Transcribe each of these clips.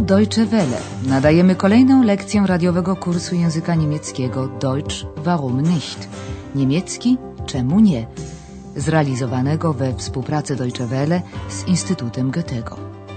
Deutsche Welle. Nadajemy kolejną lekcję radiowego kursu języka niemieckiego Deutsch, warum nicht? Niemiecki, czemu nie? Zrealizowanego we współpracy Deutsche Welle z Instytutem Goethego.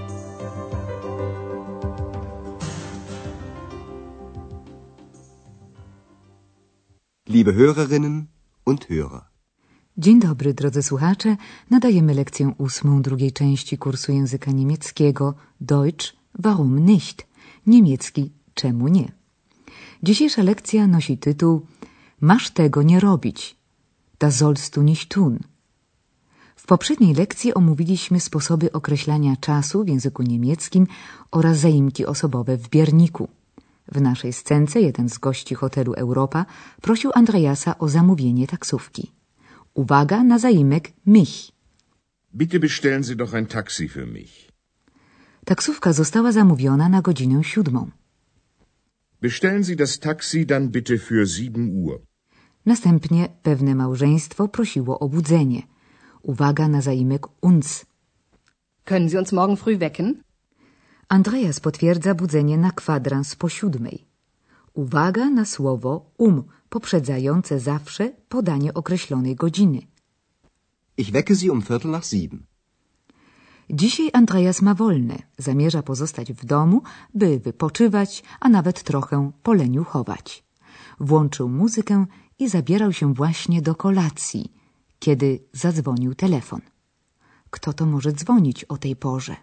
Liebe Hörerinnen und Hörer. Dzień dobry, drodzy słuchacze. Nadajemy lekcję 8 drugiej części kursu języka niemieckiego Deutsch, warum nicht? Niemiecki, czemu nie? Dzisiejsza lekcja nosi tytuł Masz tego nie robić. Das sollst du nicht tun. W poprzedniej lekcji omówiliśmy sposoby określania czasu w języku niemieckim oraz zaimki osobowe w bierniku. W naszej scence jeden z gości hotelu Europa prosił Andreasa o zamówienie taksówki. Uwaga na zaimek mich. Bitte bestellen Sie doch ein Taxi für mich. Taksówka została zamówiona na godzinę 7. Bestellen Sie das Taxi dann bitte für 7 Uhr. Następnie pewne małżeństwo prosiło o budzenie. Uwaga na zaimek uns. Können Sie uns morgen früh wecken? Andreas potwierdza budzenie na kwadrans po 7. Uwaga na słowo poprzedzające zawsze podanie określonej godziny. Ich wecke Sie 6:15. Dzisiaj Andreas ma wolne. Zamierza pozostać w domu, by wypoczywać, a nawet trochę poleniuchować. Włączył muzykę i zabierał się właśnie do kolacji, kiedy zadzwonił telefon. Kto to może dzwonić o tej porze?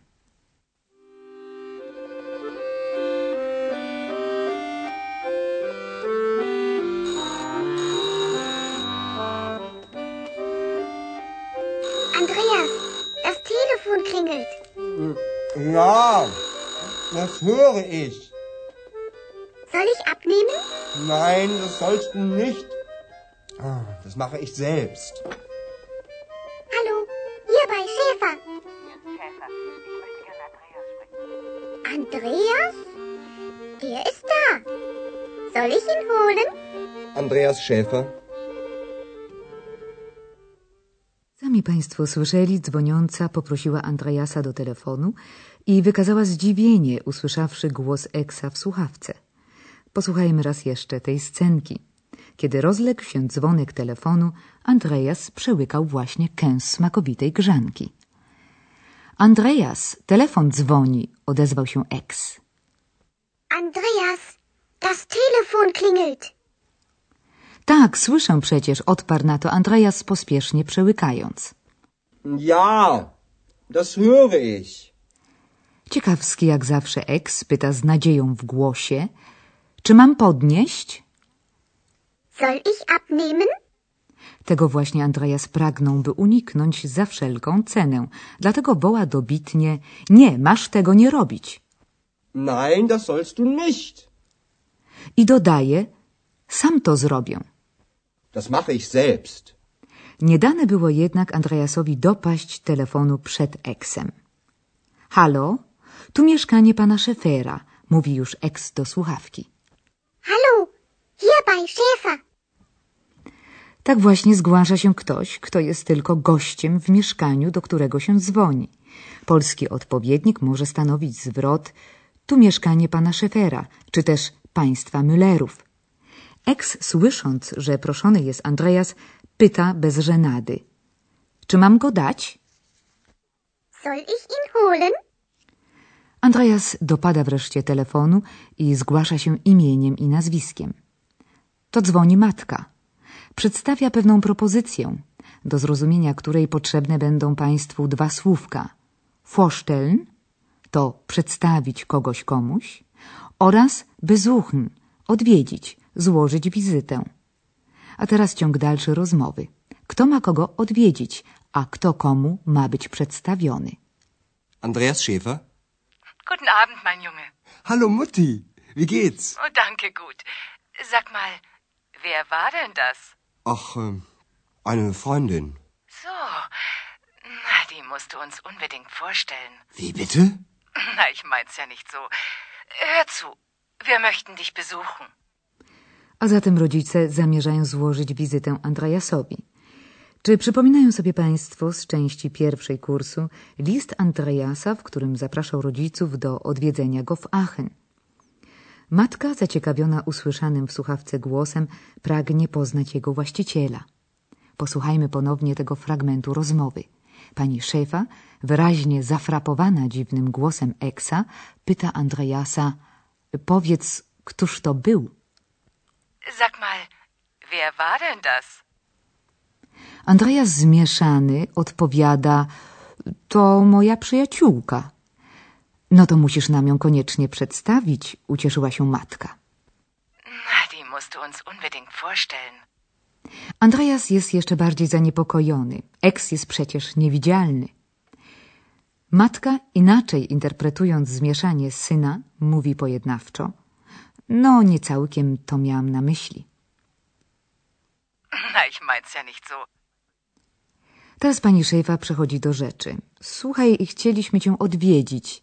Andreas, das Telefon klingelt. Ja, das höre ich. Soll ich abnehmen? Nein, das sollst du nicht. Das mache ich selbst. Hallo, hier bei Schäfer. Schäfer, ich möchte gerne Andreas sprechen. Andreas? Der ist da. Soll ich ihn holen? Andreas Schäfer. Sami Państwo słyszeli, dzwoniąca poprosiła Andreasa do telefonu i wykazała zdziwienie, usłyszawszy głos Eksa w słuchawce. Posłuchajmy raz jeszcze tej scenki. Kiedy rozległ się dzwonek telefonu, Andreas przełykał właśnie kęs smakowitej grzanki. Andreas, telefon dzwoni, odezwał się Eks. Andreas, das Telefon klingelt. Tak, słyszę przecież, odparł na to Andreas pospiesznie przełykając. Ja, das höre ich. Ciekawski jak zawsze Eks pyta z nadzieją w głosie, czy mam podnieść? Soll ich abnehmen? Tego właśnie Andreas pragnął, by uniknąć za wszelką cenę. Dlatego woła dobitnie, nie, masz tego nie robić. Nein, das sollst du nicht. I dodaje, sam to zrobię. Das mache ich selbst. Nie dane było jednak Andreasowi dopaść telefonu przed Eksem. Halo, tu mieszkanie pana Schäfera, mówi już Eks do słuchawki. Hallo, hier bei Schäfer. Tak właśnie zgłasza się ktoś, kto jest tylko gościem w mieszkaniu, do którego się dzwoni. Polski odpowiednik może stanowić zwrot tu mieszkanie pana Schäfera, czy też państwa Müllerów. Eks, słysząc, że proszony jest Andreas, pyta bez żenady. Czy mam go dać? Soll ich ihn holen? Andreas dopada wreszcie telefonu i zgłasza się imieniem i nazwiskiem. To dzwoni matka. Przedstawia pewną propozycję, do zrozumienia której potrzebne będą Państwu 2 słówka. Vorstellen, to przedstawić kogoś komuś, oraz besuchen, odwiedzić, złożyć wizytę. A teraz ciąg dalszy rozmowy. Kto ma kogo odwiedzić, a kto komu ma być przedstawiony? Andreas Schäfer. Guten Abend, mein Junge. Hallo Mutti, wie geht's? Oh, danke, gut. Sag mal, wer war denn das? Ach, eine Freundin. So, na, die musst du uns unbedingt vorstellen. Wie bitte? Na, ich mein's ja nicht so. Hör zu, wir möchten dich besuchen. A zatem rodzice zamierzają złożyć wizytę Andreasowi. Czy przypominają sobie Państwo z części pierwszej kursu list Andreasa, w którym zapraszał rodziców do odwiedzenia go w Aachen? Matka, zaciekawiona usłyszanym w słuchawce głosem, pragnie poznać jego właściciela. Posłuchajmy ponownie tego fragmentu rozmowy. Pani Schäfer, wyraźnie zafrapowana dziwnym głosem Exa, pyta Andreasa: powiedz, któż to był? Sag mal, wer war denn das? Andreas zmieszany odpowiada: to moja przyjaciółka. No to musisz nam ją koniecznie przedstawić, ucieszyła się matka. Na, die musst du uns unbedingt vorstellen. Andreas jest jeszcze bardziej zaniepokojony. Ex jest przecież niewidzialny. Matka, inaczej interpretując zmieszanie syna, mówi pojednawczo: no, nie całkiem to miałam na myśli. Na, ich mein's ja nicht so. Teraz pani Schäfer przechodzi do rzeczy. Słuchaj, chcieliśmy cię odwiedzić.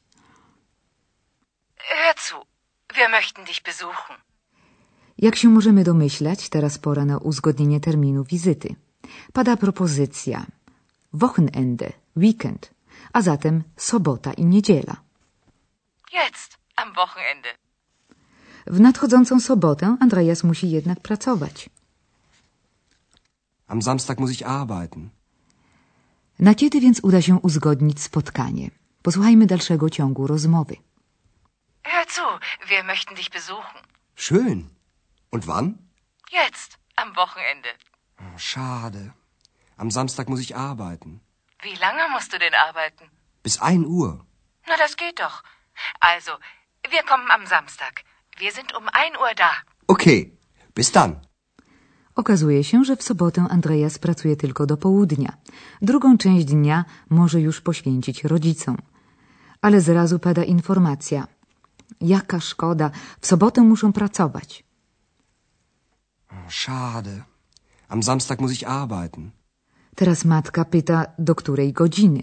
Hör zu, wir möchten dich besuchen. Jak się możemy domyślać, teraz pora na uzgodnienie terminu wizyty. Pada propozycja: Wochenende, weekend, a zatem sobota i niedziela. Jetzt, am Wochenende. W nadchodzącą sobotę Andreas musi jednak pracować. Am Samstag muss ich arbeiten. Na kiedy więc uda się uzgodnić spotkanie? Posłuchajmy dalszego ciągu rozmowy. Hör zu, wir möchten dich besuchen. Schön. Und wann? Jetzt, am Wochenende. Oh, schade. Am Samstag muss ich arbeiten. Wie lange musst du denn arbeiten? Bis 1 Uhr. Na, das geht doch. Also, wir kommen am Samstag. Wir sind um 1 Uhr da. Okay, bis dann. Okazuje się, że w sobotę Andreas pracuje tylko do południa. Drugą część dnia może już poświęcić rodzicom. Ale zrazu pada informacja: jaka szkoda, w sobotę muszą pracować. Oh, schade. Am Samstag muss ich arbeiten. Teraz matka pyta, do której godziny.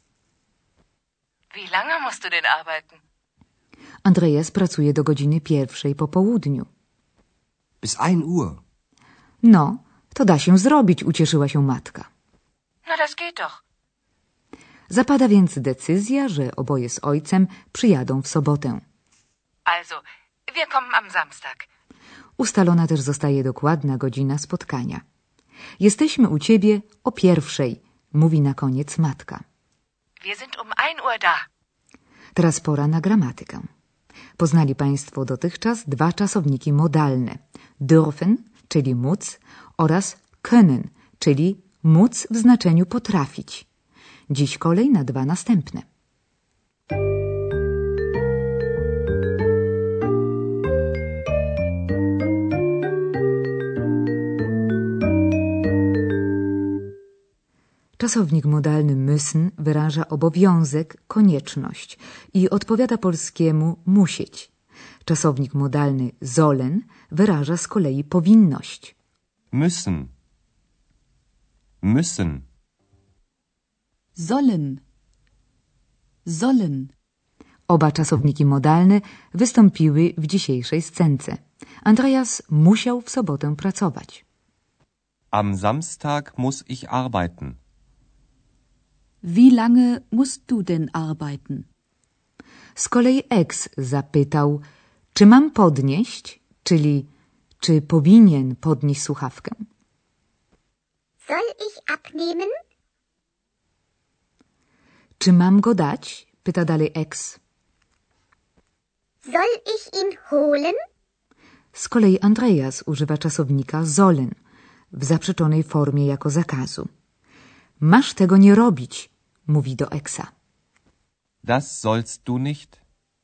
Wie lange musst du denn arbeiten? Andreas pracuje do godziny 1 po południu. Bis 1 Uhr. No, to da się zrobić, ucieszyła się matka. Na, das geht doch. Zapada więc decyzja, że oboje z ojcem przyjadą w sobotę. Also, wir kommen am Samstag. Ustalona też zostaje dokładna godzina spotkania. Jesteśmy u ciebie o 1:00, mówi na koniec matka. Wir sind um 1 Uhr da. Teraz pora na gramatykę. Poznali Państwo dotychczas dwa czasowniki modalne: dürfen, czyli móc, oraz können, czyli móc w znaczeniu potrafić. Dziś kolej na dwa następne. Czasownik modalny müssen wyraża obowiązek, konieczność i odpowiada polskiemu musieć. Czasownik modalny sollen wyraża z kolei powinność. Müssen. Müssen. Sollen. Sollen. Oba czasowniki modalne wystąpiły w dzisiejszej scence. Andreas musiał w sobotę pracować. Am Samstag muss ich arbeiten. Wie lange musst du denn arbeiten? Z kolei Ex zapytał, czy mam podnieść, czyli czy powinien podnieść słuchawkę. Soll ich abnehmen? Czy mam go dać? Pyta dalej Ex. Soll ich ihn holen? Z kolei Andreas używa czasownika sollen w zaprzeczonej formie jako zakazu. Masz tego nie robić, mówi do Exa. Das sollst du nicht.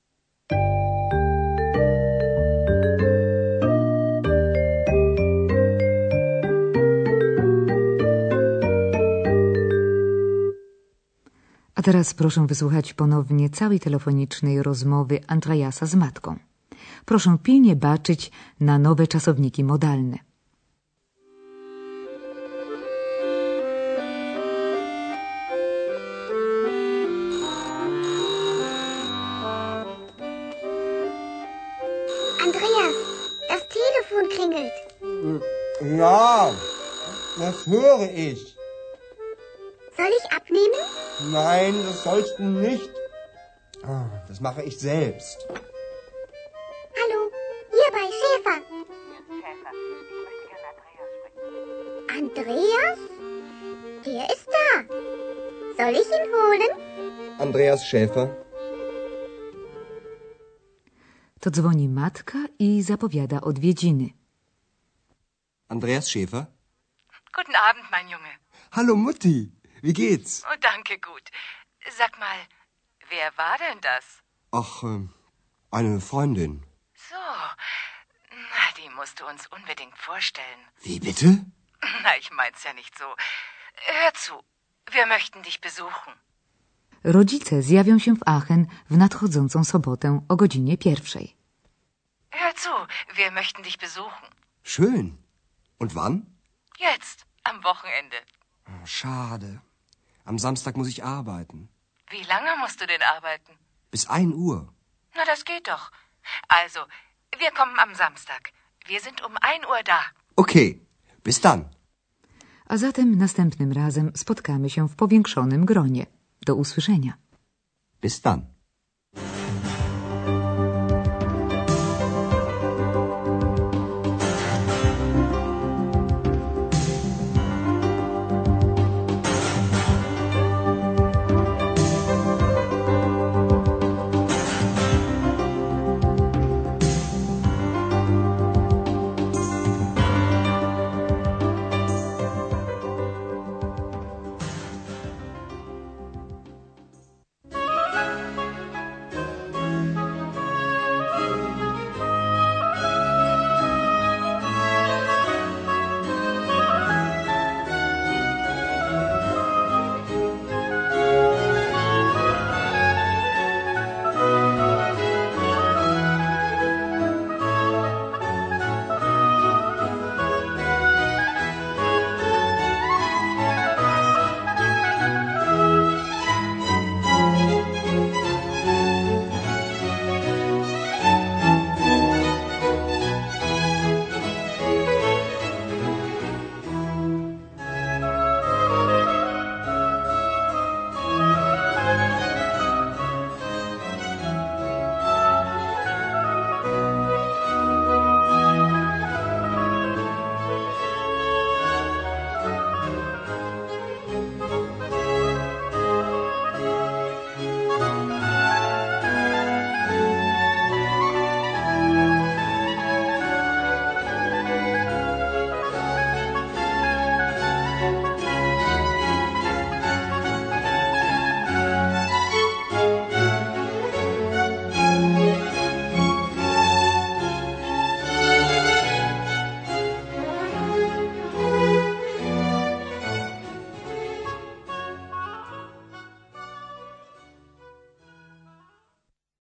A teraz proszę wysłuchać ponownie całej telefonicznej rozmowy Andreasa z matką. Proszę pilnie baczyć na nowe czasowniki modalne. Andreas, das Telefon klingelt. Ja, das höre ich. Soll ich abnehmen? Nein, das sollst du nicht. Das mache ich selbst. Hallo, hier bei Schäfer. Schäfer, ich möchte gerne Andreas sprechen. Andreas? Der ist da. Soll ich ihn holen? Andreas Schäfer. To dzwoni matka i zapowiada odwiedziny. Andreas Schäfer? Guten Abend, mein Junge. Hallo Mutti, wie geht's? Oh, danke, gut. Sag mal, wer war denn das? Ach, eine Freundin. So, na, die musst du uns unbedingt vorstellen. Wie bitte? Na, ich mein's ja nicht so. Hör zu, wir möchten dich besuchen. Rodzice zjawią się w Aachen w nadchodzącą sobotę o godzinie 1:00. Hör zu, wir möchten dich besuchen. Schön. Und wann? Jetzt, am Wochenende. Oh, schade. Am Samstag muss ich arbeiten. Wie lange musst du denn arbeiten? Bis 1 Uhr. Na, das geht doch. Also, wir kommen am Samstag. Wir sind um 1 Uhr da. Okay, bis dann. A zatem następnym razem spotkamy się w powiększonym gronie. Do usłyszenia. Bis dann.